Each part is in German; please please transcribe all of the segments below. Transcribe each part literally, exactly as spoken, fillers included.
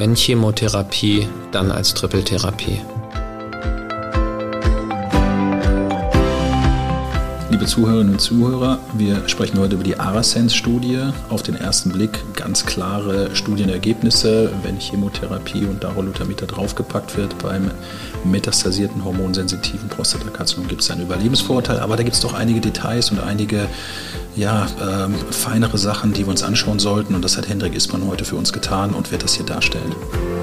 wenn Chemotherapie, dann als Trippeltherapie. Liebe Zuhörerinnen und Zuhörer, wir sprechen heute über die ARASENS-Studie. Auf den ersten Blick ganz klare Studienergebnisse, wenn Chemotherapie und Darolutamid da draufgepackt wird. Beim metastasierten hormonsensitiven Prostatakarzinom gibt es einen Überlebensvorteil, aber da gibt es doch einige Details und einige ja, ähm, feinere Sachen, die wir uns anschauen sollten. Und das hat Hendrik Isbahn heute für uns getan und wird das hier darstellen.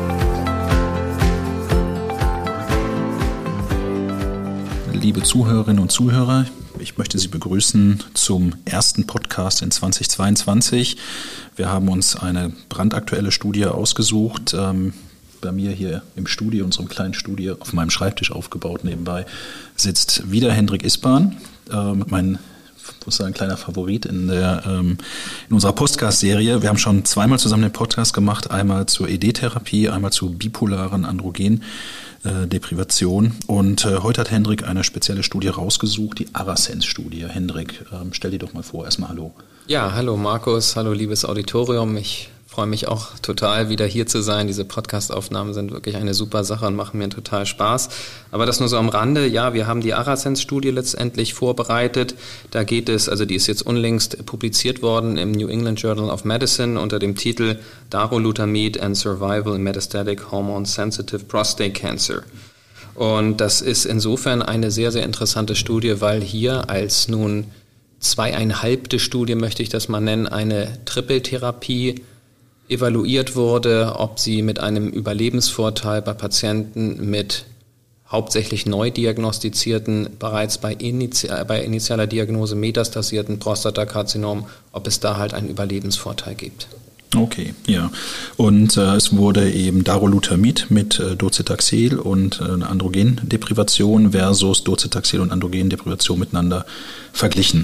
Liebe Zuhörerinnen und Zuhörer, ich möchte Sie begrüßen zum ersten Podcast in zweitausendzweiundzwanzig. Wir haben uns eine brandaktuelle Studie ausgesucht. Ähm, bei mir hier im Studio, unserem kleinen Studio, auf meinem Schreibtisch aufgebaut nebenbei, sitzt wieder Hendrik Isbahn, ähm, mein ich muss sagen, kleiner Favorit in, der, ähm, in unserer Podcast-Serie. Wir haben schon zweimal zusammen den Podcast gemacht, einmal zur E D-Therapie, einmal zur bipolaren Androgendeprivation. Und äh, heute hat Hendrik eine spezielle Studie rausgesucht, die ARASENS-Studie. Hendrik, ähm, stell dir doch mal vor. Erstmal hallo. Ja, hallo Markus, hallo liebes Auditorium. Ich freue mich auch total, wieder hier zu sein. Diese Podcast-Aufnahmen sind wirklich eine super Sache und machen mir total Spaß. Aber das nur so am Rande. Ja, wir haben die ARASENS-Studie letztendlich vorbereitet. Da geht es, also die ist jetzt unlängst publiziert worden im New England Journal of Medicine unter dem Titel Darolutamid and Survival in Metastatic Hormone-Sensitive Prostate Cancer. Und das ist insofern eine sehr, sehr interessante Studie, weil hier als nun zweieinhalbte Studie, möchte ich das mal nennen, eine Trippeltherapie evaluiert wurde, ob sie mit einem Überlebensvorteil bei Patienten mit hauptsächlich neu diagnostizierten, bereits bei, initi- bei initialer Diagnose metastasierten Prostatakarzinom, ob es da halt einen Überlebensvorteil gibt. Okay, ja. Und äh, es wurde eben Darolutamid mit äh, Docetaxel und äh, eine Androgendeprivation versus Docetaxel und Androgendeprivation miteinander verglichen.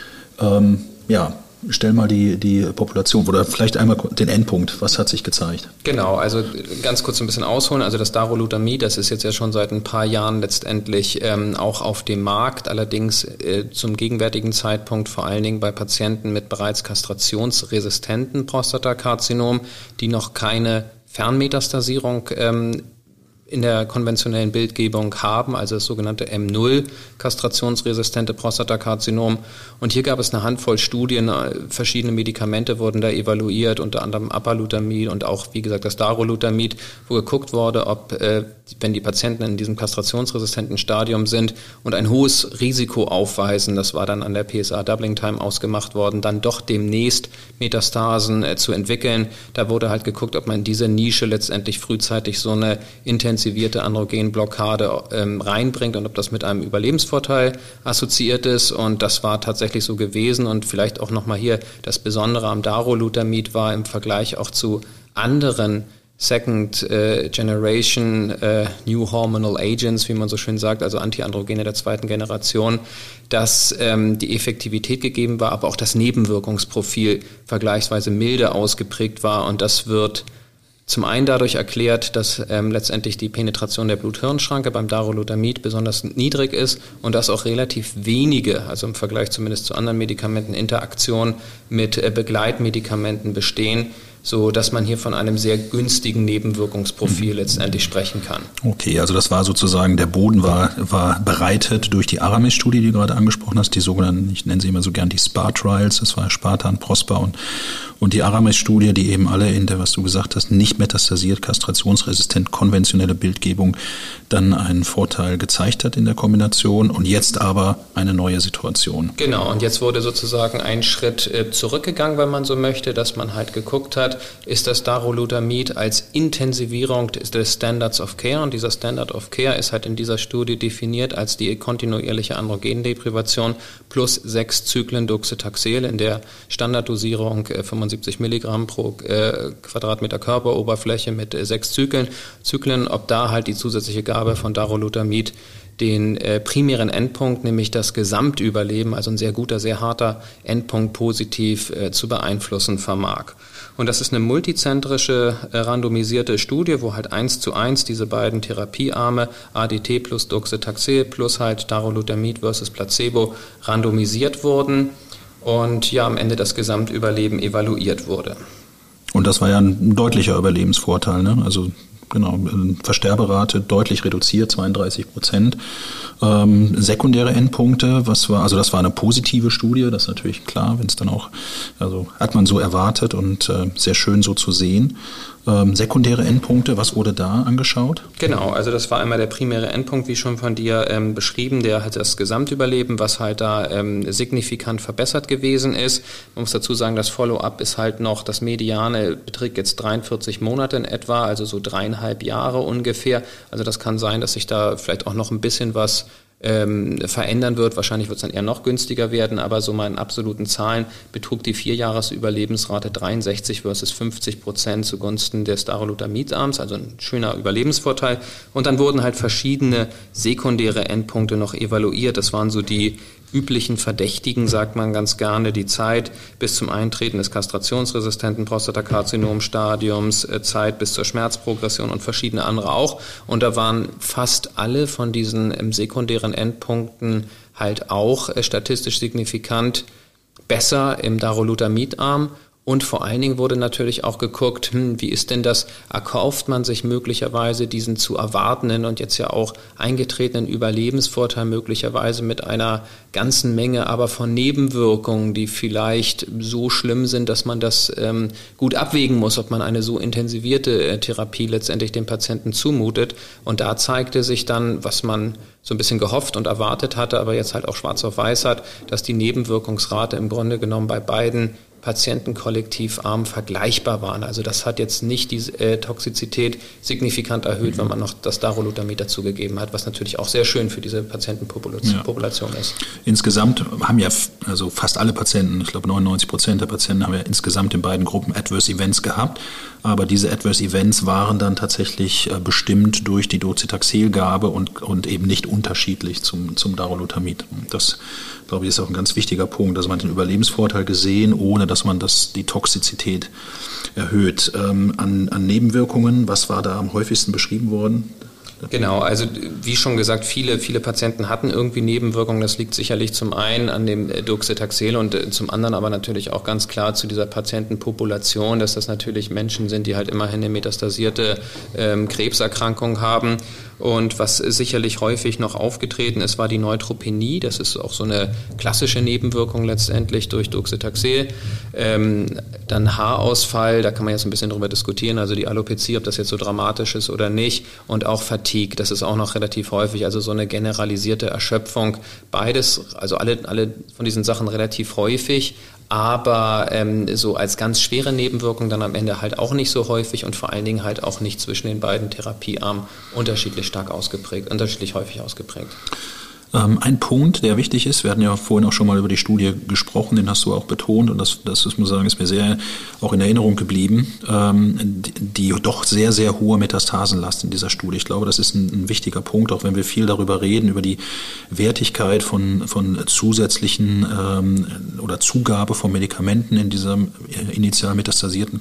Ähm, ja. Stell mal die, die Population oder vielleicht einmal den Endpunkt. Was hat sich gezeigt? Genau, also ganz kurz ein bisschen ausholen. Also das Darolutamid, das ist jetzt ja schon seit ein paar Jahren letztendlich ähm, auch auf dem Markt, allerdings äh, zum gegenwärtigen Zeitpunkt vor allen Dingen bei Patienten mit bereits kastrationsresistenten Prostatakarzinom, die noch keine Fernmetastasierung ähm, in der konventionellen Bildgebung haben, also das sogenannte M null kastrationsresistente Prostatakarzinom. Und hier gab es eine Handvoll Studien, verschiedene Medikamente wurden da evaluiert, unter anderem Apalutamid und auch, wie gesagt, das Darolutamid, wo geguckt wurde, ob, äh, wenn die Patienten in diesem kastrationsresistenten Stadium sind und ein hohes Risiko aufweisen, das war dann an der P S A-Doubling-Time ausgemacht worden, dann doch demnächst Metastasen äh, zu entwickeln. Da wurde halt geguckt, ob man in diese Nische letztendlich frühzeitig so eine intensivierte Androgenblockade ähm, reinbringt und ob das mit einem Überlebensvorteil assoziiert ist. Und das war tatsächlich so gewesen. Und vielleicht auch nochmal hier das Besondere am Darolutamid war im Vergleich auch zu anderen Second äh, Generation äh, New Hormonal Agents, wie man so schön sagt, also Antiandrogene der zweiten Generation, dass ähm, die Effektivität gegeben war, aber auch das Nebenwirkungsprofil vergleichsweise milde ausgeprägt war. Und das wird zum einen dadurch erklärt, dass ähm, letztendlich die Penetration der Blut-Hirn-Schranke beim Darolutamid besonders niedrig ist und dass auch relativ wenige, also im Vergleich zumindest zu anderen Medikamenten, Interaktionen mit äh, Begleitmedikamenten bestehen, so dass man hier von einem sehr günstigen Nebenwirkungsprofil mhm. letztendlich sprechen kann. Okay, also das war sozusagen, der Boden war, war bereitet durch die ARAMIS-Studie, die du gerade angesprochen hast, die sogenannten, ich nenne sie immer so gern die SPAR-Trials, das war Spartan, Prosper und, und die ARAMIS-Studie, die eben alle in der, was du gesagt hast, nicht metastasiert, kastrationsresistent, konventionelle Bildgebung dann einen Vorteil gezeigt hat in der Kombination und jetzt aber eine neue Situation. Genau, und jetzt wurde sozusagen ein Schritt äh, zurückgegangen, wenn man so möchte, dass man halt geguckt hat, ist das Darolutamid als Intensivierung des Standards of Care. Und dieser Standard of Care ist halt in dieser Studie definiert als die kontinuierliche Androgendeprivation plus sechs Zyklen Docetaxel in der Standarddosierung äh, fünfundsiebzig Milligramm pro äh, Quadratmeter Körperoberfläche mit äh, sechs Zyklen. Zyklen, ob da halt die zusätzliche Gabe von Darolutamid den äh, primären Endpunkt, nämlich das Gesamtüberleben, also ein sehr guter, sehr harter Endpunkt positiv äh, zu beeinflussen vermag. Und das ist eine multizentrische, äh, randomisierte Studie, wo halt eins zu eins diese beiden Therapiearme, A D T plus Docetaxel plus halt Darolutamid versus Placebo, randomisiert wurden und ja am Ende das Gesamtüberleben evaluiert wurde. Und das war ja ein deutlicher Überlebensvorteil, ne? Also genau, Versterberate deutlich reduziert, zweiunddreißig Prozent. Ähm, sekundäre Endpunkte, was war, also das war eine positive Studie, das ist natürlich klar, wenn es dann auch, also hat man so erwartet und äh, sehr schön so zu sehen. Ähm, sekundäre Endpunkte, was wurde da angeschaut? Genau, also das war einmal der primäre Endpunkt, wie schon von dir ähm, beschrieben, der hat das Gesamtüberleben, was halt da ähm, signifikant verbessert gewesen ist. Man muss dazu sagen, das Follow-up ist halt noch, das Mediane beträgt jetzt dreiundvierzig Monate in etwa, also so dreieinhalb Jahre ungefähr. Also das kann sein, dass sich da vielleicht auch noch ein bisschen was Ähm, verändern wird. Wahrscheinlich wird es dann eher noch günstiger werden, aber so mal in absoluten Zahlen betrug die Vierjahres-Überlebensrate dreiundsechzig versus fünfzig Prozent zugunsten des Darolutamid-Arms, also ein schöner Überlebensvorteil. Und dann wurden halt verschiedene sekundäre Endpunkte noch evaluiert. Das waren so die üblichen Verdächtigen, sagt man ganz gerne, die Zeit bis zum Eintreten des kastrationsresistenten Prostatakarzinomstadiums, Zeit bis zur Schmerzprogression und verschiedene andere auch. Und da waren fast alle von diesen ähm, sekundären Endpunkten halt auch äh, statistisch signifikant besser im Darolutamid-Arm. Und vor allen Dingen wurde natürlich auch geguckt, hm, wie ist denn das, erkauft man sich möglicherweise diesen zu erwartenden und jetzt ja auch eingetretenen Überlebensvorteil möglicherweise mit einer ganzen Menge aber von Nebenwirkungen, die vielleicht so schlimm sind, dass man das ähm, gut abwägen muss, ob man eine so intensivierte äh, Therapie letztendlich dem Patienten zumutet. Und da zeigte sich dann, was man so ein bisschen gehofft und erwartet hatte, aber jetzt halt auch schwarz auf weiß hat, dass die Nebenwirkungsrate im Grunde genommen bei beiden Patientenkollektivarm vergleichbar waren. Also das hat jetzt nicht die äh, Toxizität signifikant erhöht, wenn man noch das Darolutamid dazugegeben hat, was natürlich auch sehr schön für diese Patientenpopulation ja. ist. Insgesamt haben ja also fast alle Patienten, ich glaube neunundneunzig Prozent der Patienten haben ja insgesamt in beiden Gruppen Adverse Events gehabt, aber diese Adverse Events waren dann tatsächlich äh, bestimmt durch die Docetaxel-Gabe und, und eben nicht unterschiedlich zum, zum Darolutamid. Das, glaube ich, ist auch ein ganz wichtiger Punkt, dass man den Überlebensvorteil gesehen, ohne dass man das, die Toxizität erhöht. Ähm, an, an Nebenwirkungen, was war da am häufigsten beschrieben worden? Genau, also wie schon gesagt, viele, viele Patienten hatten irgendwie Nebenwirkungen. Das liegt sicherlich zum einen an dem Docetaxel und zum anderen aber natürlich auch ganz klar zu dieser Patientenpopulation, dass das natürlich Menschen sind, die halt immerhin eine metastasierte ähm, Krebserkrankung haben. Und was sicherlich häufig noch aufgetreten ist, war die Neutropenie. Das ist auch so eine klassische Nebenwirkung letztendlich durch Docetaxel. Ähm, dann Haarausfall, da kann man jetzt ein bisschen drüber diskutieren, also die Alopezie, ob das jetzt so dramatisch ist oder nicht. Und auch Fatigue, das ist auch noch relativ häufig, also so eine generalisierte Erschöpfung. Beides, also alle, alle von diesen Sachen relativ häufig. Aber ähm, so als ganz schwere Nebenwirkung dann am Ende halt auch nicht so häufig und vor allen Dingen halt auch nicht zwischen den beiden Therapiearmen unterschiedlich stark ausgeprägt, unterschiedlich häufig ausgeprägt. Ähm, ein Punkt, der wichtig ist, wir hatten ja vorhin auch schon mal über die Studie gesprochen, den hast du auch betont und das, das muss man sagen, ist mir sehr auch in Erinnerung geblieben, ähm, die, die doch sehr, sehr hohe Metastasenlast in dieser Studie. Ich glaube, das ist ein, ein wichtiger Punkt, auch wenn wir viel darüber reden, über die Wertigkeit von, von zusätzlichen ähm, oder Zugabe von Medikamenten in dieser initial metastasierten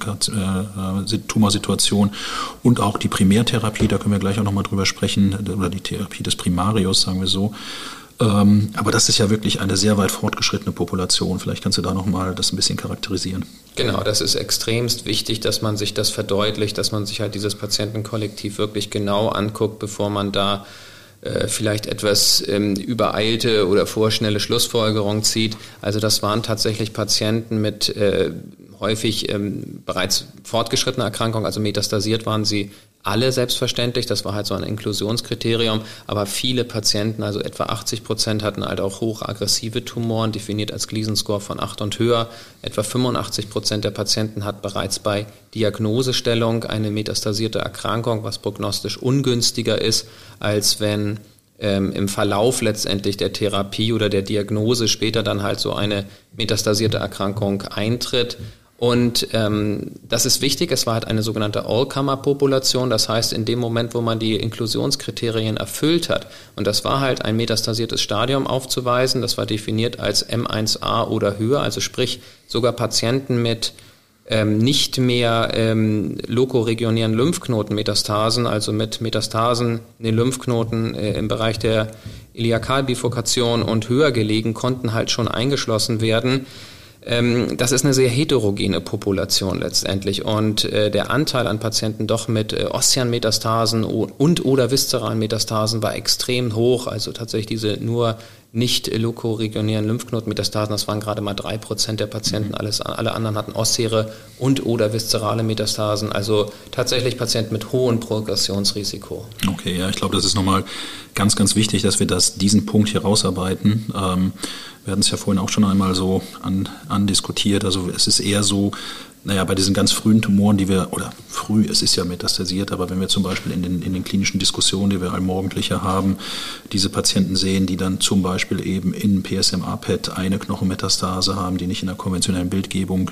äh, Tumorsituation und auch die Primärtherapie, da können wir gleich auch nochmal drüber sprechen, oder die Therapie des Primarios, sagen wir so. Ähm, aber das ist ja wirklich eine sehr weit fortgeschrittene Population. Vielleicht kannst du da nochmal das ein bisschen charakterisieren. Genau, das ist extremst wichtig, dass man sich das verdeutlicht, dass man sich halt dieses Patientenkollektiv wirklich genau anguckt, bevor man da äh, vielleicht etwas ähm, übereilte oder vorschnelle Schlussfolgerungen zieht. Also das waren tatsächlich Patienten mit äh, häufig ähm, bereits fortgeschrittener Erkrankung, also metastasiert waren sie alle selbstverständlich, das war halt so ein Inklusionskriterium, aber viele Patienten, also etwa achtzig Prozent hatten halt auch hochaggressive Tumoren, definiert als Gleason-Score von acht und höher. Etwa fünfundachtzig Prozent der Patienten hat bereits bei Diagnosestellung eine metastasierte Erkrankung, was prognostisch ungünstiger ist, als wenn ähm, im Verlauf letztendlich der Therapie oder der Diagnose später dann halt so eine metastasierte Erkrankung eintritt. Und ähm, das ist wichtig, es war halt eine sogenannte All-Comer-Population, das heißt in dem Moment, wo man die Inklusionskriterien erfüllt hat, und das war halt ein metastasiertes Stadium aufzuweisen, das war definiert als M eins a oder höher, also sprich sogar Patienten mit ähm, nicht mehr ähm, lokoregionären Lymphknotenmetastasen, also mit Metastasen in den Lymphknoten äh, im Bereich der Iliakalbifurkation und höher gelegen, konnten halt schon eingeschlossen werden. ähm, das ist eine sehr heterogene Population letztendlich und äh, der Anteil an Patienten doch mit äh, Ostean-Metastasen und oder viszeralen Metastasen war extrem hoch, also tatsächlich diese nur nicht lokoregionären Lymphknotenmetastasen, das waren gerade mal drei Prozent der Patienten, alles, alle anderen hatten osseere und oder viszerale Metastasen, also tatsächlich Patienten mit hohem Progressionsrisiko. Okay, ja, ich glaube, das ist nochmal ganz, ganz wichtig, dass wir das, diesen Punkt hier rausarbeiten. Ähm, wir hatten es ja vorhin auch schon einmal so an, andiskutiert, also es ist eher so, naja, bei diesen ganz frühen Tumoren, die wir, oder früh, es ist ja metastasiert, aber wenn wir zum Beispiel in den, in den klinischen Diskussionen, die wir allmorgendlich haben, diese Patienten sehen, die dann zum Beispiel eben in P S M A-P E T eine Knochenmetastase haben, die nicht in der konventionellen Bildgebung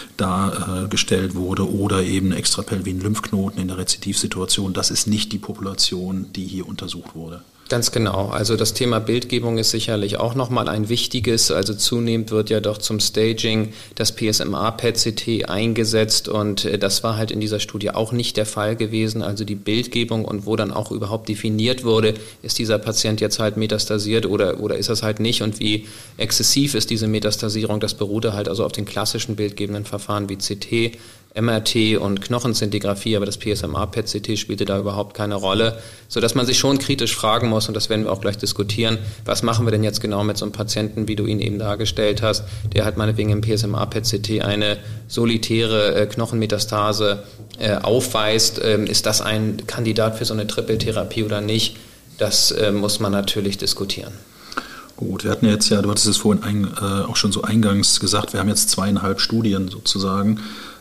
dargestellt äh, wurde, oder eben extrapelvinen Lymphknoten in der Rezidivsituation, das ist nicht die Population, die hier untersucht wurde. Ganz genau. Also das Thema Bildgebung ist sicherlich auch nochmal ein wichtiges. Also zunehmend wird ja doch zum Staging das P S M A-P E T-C T eingesetzt und das war halt in dieser Studie auch nicht der Fall gewesen. Also die Bildgebung und wo dann auch überhaupt definiert wurde, ist dieser Patient jetzt halt metastasiert oder, oder ist das halt nicht und wie exzessiv ist diese Metastasierung, das beruhte halt also auf den klassischen bildgebenden Verfahren wie C T, M R T und Knochenzintigraphie, aber das P S M A-P E T-C T spielte da überhaupt keine Rolle, sodass man sich schon kritisch fragen muss, und das werden wir auch gleich diskutieren, was machen wir denn jetzt genau mit so einem Patienten, wie du ihn eben dargestellt hast, der halt meinetwegen im P S M A-P E T-C T eine solitäre äh, Knochenmetastase äh, aufweist. Ähm, ist das ein Kandidat für so eine Trippeltherapie oder nicht? Das äh, muss man natürlich diskutieren. Gut, wir hatten jetzt ja, du hattest es vorhin ein, äh, auch schon so eingangs gesagt, wir haben jetzt zweieinhalb Studien sozusagen.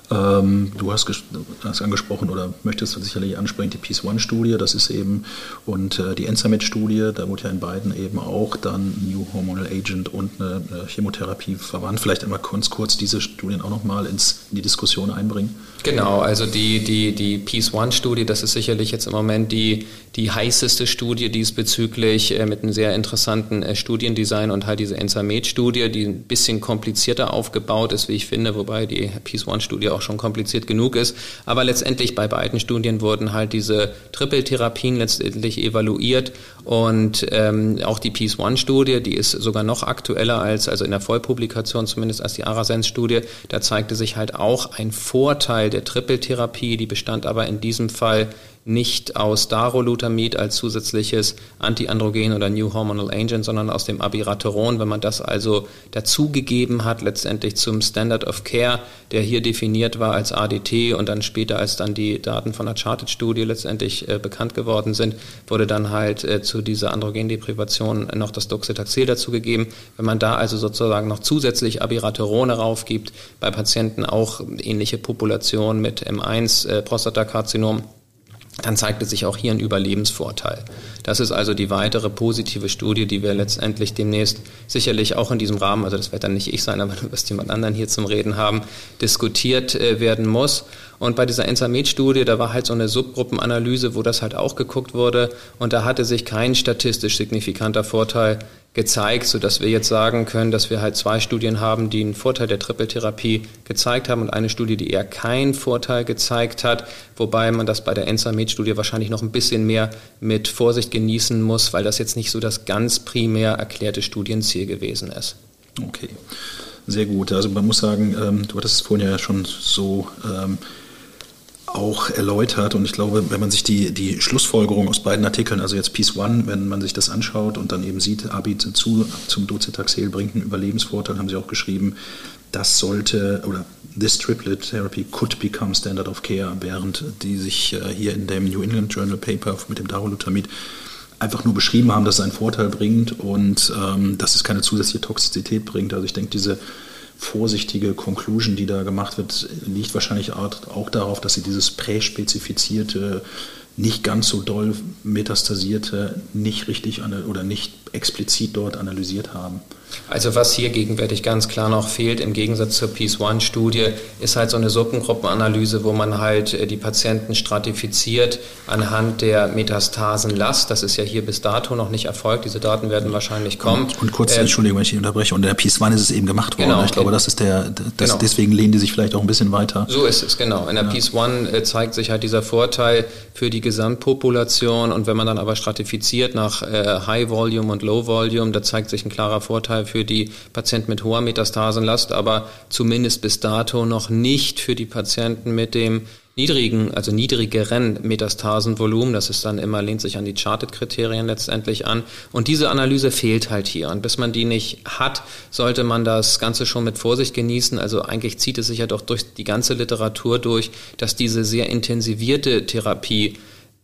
Ähm, du hast, hast angesprochen oder möchtest sicherlich ansprechen, die P I E C eins Studie, das ist eben, und äh, die ENZAMET-Studie, da wurde ja in beiden eben auch dann New Hormonal Agent und eine, eine Chemotherapie verwandt. Vielleicht einmal kurz, kurz diese Studien auch nochmal in die Diskussion einbringen. Genau, also die, die, die P I E C eins Studie, das ist sicherlich jetzt im Moment die, die heißeste Studie diesbezüglich äh, mit einem sehr interessanten äh, Studiendesign und halt diese ENZAMET-Studie, die ein bisschen komplizierter aufgebaut ist, wie ich finde, wobei die P I E C eins Studie auch schon kompliziert genug ist. Aber letztendlich bei beiden Studien wurden halt diese Trippeltherapien letztendlich evaluiert und ähm, auch die P I E C eins Studie, die ist sogar noch aktueller als, also in der Vollpublikation zumindest als die ARASENS-Studie, da zeigte sich halt auch ein Vorteil der Trippeltherapie, die bestand aber in diesem Fall nicht aus Darolutamid als zusätzliches Antiandrogen oder New Hormonal Agent, sondern aus dem Abiraterone. Wenn man das also dazugegeben hat, letztendlich zum Standard of Care, der hier definiert war als A D T und dann später, als dann die Daten von der Charted-Studie letztendlich äh, bekannt geworden sind, wurde dann halt äh, zu dieser Androgendeprivation noch das Docetaxel dazugegeben. Wenn man da also sozusagen noch zusätzlich Abiraterone raufgibt, bei Patienten auch ähnliche Population mit M eins äh, Prostatakarzinom, dann zeigte sich auch hier ein Überlebensvorteil. Das ist also die weitere positive Studie, die wir letztendlich demnächst sicherlich auch in diesem Rahmen, also das wird dann nicht ich sein, aber du wirst jemand anderen hier zum Reden haben, diskutiert äh, werden muss. Und bei dieser ENZAMET-Studie, da war halt so eine Subgruppenanalyse, wo das halt auch geguckt wurde und da hatte sich kein statistisch signifikanter Vorteil gezeigt, sodass wir jetzt sagen können, dass wir halt zwei Studien haben, die einen Vorteil der Trippeltherapie gezeigt haben und eine Studie, die eher keinen Vorteil gezeigt hat, wobei man das bei der ENZAMET-Studie wahrscheinlich noch ein bisschen mehr mit Vorsicht genießen muss, weil das jetzt nicht so das ganz primär erklärte Studienziel gewesen ist. Okay, sehr gut. Also man muss sagen, ähm, du hattest es vorhin ja schon so ähm, auch erläutert und ich glaube, wenn man sich die, die Schlussfolgerung aus beiden Artikeln, also jetzt P I E C eins, wenn man sich das anschaut und dann eben sieht, Abid zu, zum Docetaxel bringt einen Überlebensvorteil, haben sie auch geschrieben, das sollte, oder this triplet therapy could become standard of care, während die sich äh, hier in dem New England Journal Paper mit dem Darolutamid einfach nur beschrieben haben, dass es einen Vorteil bringt und ähm, dass es keine zusätzliche Toxizität bringt. Also ich denke, diese vorsichtige Conclusion, die da gemacht wird, liegt wahrscheinlich auch darauf, dass sie dieses präspezifizierte, nicht ganz so doll metastasierte, nicht richtig oder nicht explizit dort analysiert haben. Also was hier gegenwärtig ganz klar noch fehlt, im Gegensatz zur P I E C eins Studie, ist halt so eine Subbengruppenanalyse, wo man halt die Patienten stratifiziert anhand der Metastasenlast. Das ist ja hier bis dato noch nicht erfolgt. Diese Daten werden wahrscheinlich kommen. Und, und kurz, ähm, Entschuldigung, wenn ich unterbreche, und in der P I E C eins ist es eben gemacht worden. Genau, ich glaube, das ist der, das, genau. Deswegen lehnen die sich vielleicht auch ein bisschen weiter. So ist es, genau. In der ja. P I E C eins zeigt sich halt dieser Vorteil für die Gesamtpopulation. Und wenn man dann aber stratifiziert nach äh, High Volume und Low Volume, da zeigt sich ein klarer Vorteil für die Patienten mit hoher Metastasenlast, aber zumindest bis dato noch nicht für die Patienten mit dem niedrigen, also niedrigeren Metastasenvolumen. Das ist dann immer, lehnt sich an die Charted-Kriterien letztendlich an. Und diese Analyse fehlt halt hier. Und bis man die nicht hat, sollte man das Ganze schon mit Vorsicht genießen. Also eigentlich zieht es sich ja doch durch die ganze Literatur durch, dass diese sehr intensivierte Therapie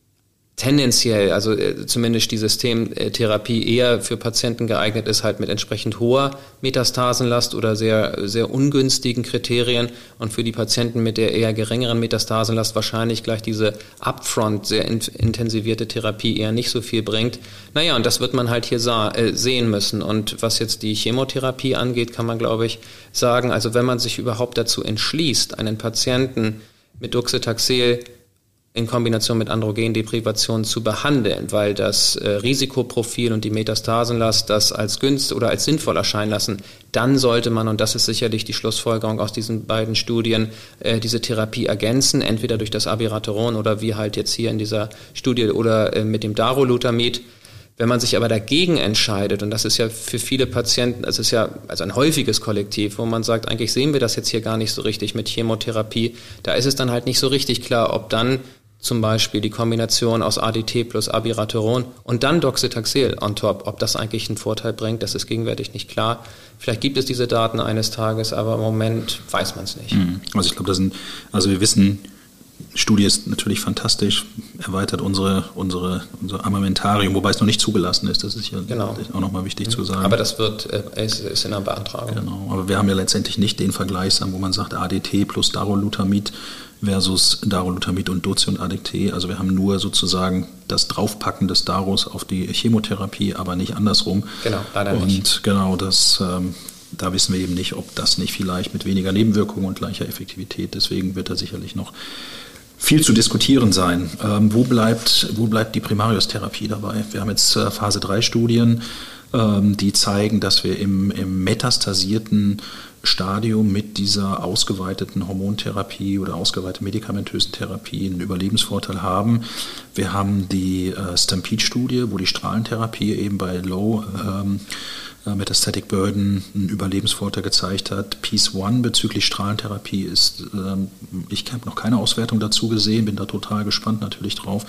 tendenziell, also äh, zumindest die Systemtherapie eher für Patienten geeignet ist, halt mit entsprechend hoher Metastasenlast oder sehr, sehr ungünstigen Kriterien, und für die Patienten mit der eher geringeren Metastasenlast wahrscheinlich gleich diese upfront sehr in, intensivierte Therapie eher nicht so viel bringt. Naja, und das wird man halt hier sah, äh, sehen müssen. Und was jetzt die Chemotherapie angeht, kann man, glaube ich, sagen, also wenn man sich überhaupt dazu entschließt, einen Patienten mit Docetaxel in Kombination mit Androgendeprivation zu behandeln, weil das äh, Risikoprofil und die Metastasenlast das als günstig oder als sinnvoll erscheinen lassen, dann sollte man, und das ist sicherlich die Schlussfolgerung aus diesen beiden Studien, äh, diese Therapie ergänzen, entweder durch das Abiraterone oder wie halt jetzt hier in dieser Studie oder äh, mit dem Darolutamid. Wenn man sich aber dagegen entscheidet, und das ist ja für viele Patienten, es ist ja also ein häufiges Kollektiv, wo man sagt, eigentlich sehen wir das jetzt hier gar nicht so richtig mit Chemotherapie, da ist es dann halt nicht so richtig klar, ob dann zum Beispiel die Kombination aus A D T plus Abiraterone und dann Docetaxel on top, ob das eigentlich einen Vorteil bringt, das ist gegenwärtig nicht klar. Vielleicht gibt es diese Daten eines Tages, aber im Moment weiß man es nicht. Also ich glaube, das sind, also wir wissen, Studie ist natürlich fantastisch, erweitert unsere, unsere, unser Armamentarium, wobei es noch nicht zugelassen ist, das ist ja genau. auch nochmal wichtig mhm. zu sagen. Aber das wird, äh, ist, ist in der Beantragung. Genau, aber wir haben ja letztendlich nicht den Vergleich, wo man sagt A D T plus Darolutamid versus Darolutamid und Doce und A D T. Also wir haben nur sozusagen das Draufpacken des Daros auf die Chemotherapie, aber nicht andersrum. Genau, leider und nicht. Und genau, das, ähm, da wissen wir eben nicht, ob das nicht vielleicht mit weniger Nebenwirkungen und gleicher Effektivität, deswegen wird da sicherlich noch viel zu diskutieren sein. Ähm, wo bleibt, wo bleibt die Primariostherapie dabei? Wir haben jetzt äh, Phase drei Studien, ähm, die zeigen, dass wir im, im metastasierten Stadium mit dieser ausgeweiteten Hormontherapie oder ausgeweiteten medikamentösen Therapie einen Überlebensvorteil haben. Wir haben die äh, Stampede-Studie, wo die Strahlentherapie eben bei Low ähm, Metastatic Burden einen Überlebensvorteil gezeigt hat. Piece One bezüglich Strahlentherapie ist, ähm, ich habe noch keine Auswertung dazu gesehen, bin da total gespannt natürlich drauf.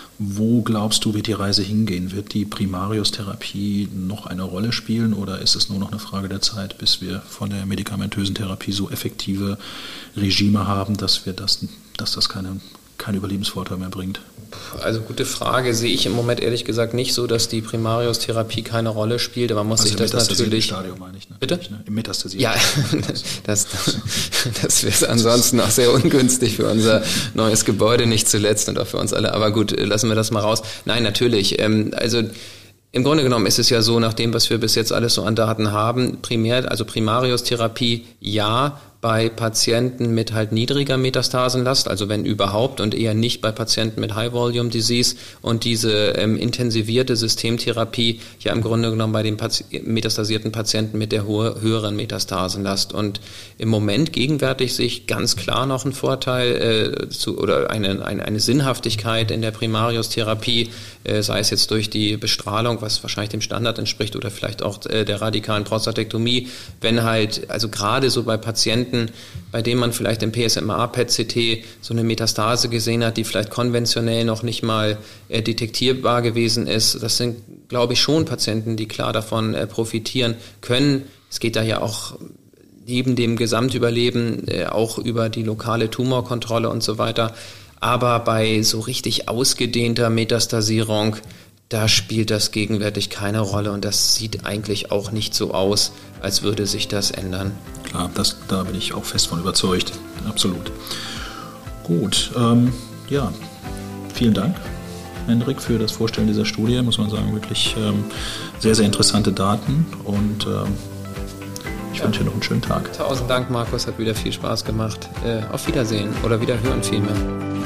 Wo glaubst du, wird die Reise hingehen? Wird die Primariostherapie noch eine Rolle spielen oder ist es nur noch eine Frage der Zeit, bis wir von der medikamentösen Therapie so effektive Regime haben, dass wir das, dass das keine, keinen Überlebensvorteil mehr bringt? Also gute Frage, sehe ich im Moment ehrlich gesagt nicht so, dass die Primariostherapie keine Rolle spielt. Aber man muss also sich das natürlich... Stadium meine ich Bitte? Ne? Im metastasierten Ja, das, das, das wäre ansonsten auch sehr ungünstig für unser neues Gebäude, nicht zuletzt und auch für uns alle. Aber gut, lassen wir das mal raus. Nein, natürlich. Ähm, also im Grunde genommen ist es ja so, nach dem, was wir bis jetzt alles so an Daten haben, primär, also Primariostherapie ja, bei Patienten mit halt niedriger Metastasenlast, also wenn überhaupt, und eher nicht bei Patienten mit High-Volume-Disease, und diese ähm, intensivierte Systemtherapie ja im Grunde genommen bei den Pati- metastasierten Patienten mit der hohe, höheren Metastasenlast. Und im Moment gegenwärtig sehe ich ganz klar noch einen Vorteil äh, zu, oder eine, eine, eine Sinnhaftigkeit in der Primariostherapie, äh, sei es jetzt durch die Bestrahlung, was wahrscheinlich dem Standard entspricht, oder vielleicht auch äh, der radikalen Prostatektomie, wenn halt, also gerade so bei Patienten, bei dem man vielleicht im P S M A P E T C T so eine Metastase gesehen hat, die vielleicht konventionell noch nicht mal äh, detektierbar gewesen ist. Das sind, glaube ich, schon Patienten, die klar davon äh, profitieren können. Es geht da ja auch neben dem Gesamtüberleben äh, auch über die lokale Tumorkontrolle und so weiter. Aber bei so richtig ausgedehnter Metastasierung, da spielt das gegenwärtig keine Rolle, und das sieht eigentlich auch nicht so aus, als würde sich das ändern. Klar, das, da bin ich auch fest von überzeugt. Absolut. Gut, ähm, ja, vielen Dank, Hendrik, für das Vorstellen dieser Studie. Muss man sagen, wirklich ähm, sehr, sehr interessante Daten, und ähm, ich ja. wünsche dir noch einen schönen Tag. Tausend Dank, Markus, hat wieder viel Spaß gemacht. Äh, auf Wiedersehen oder Wiederhören vielmehr.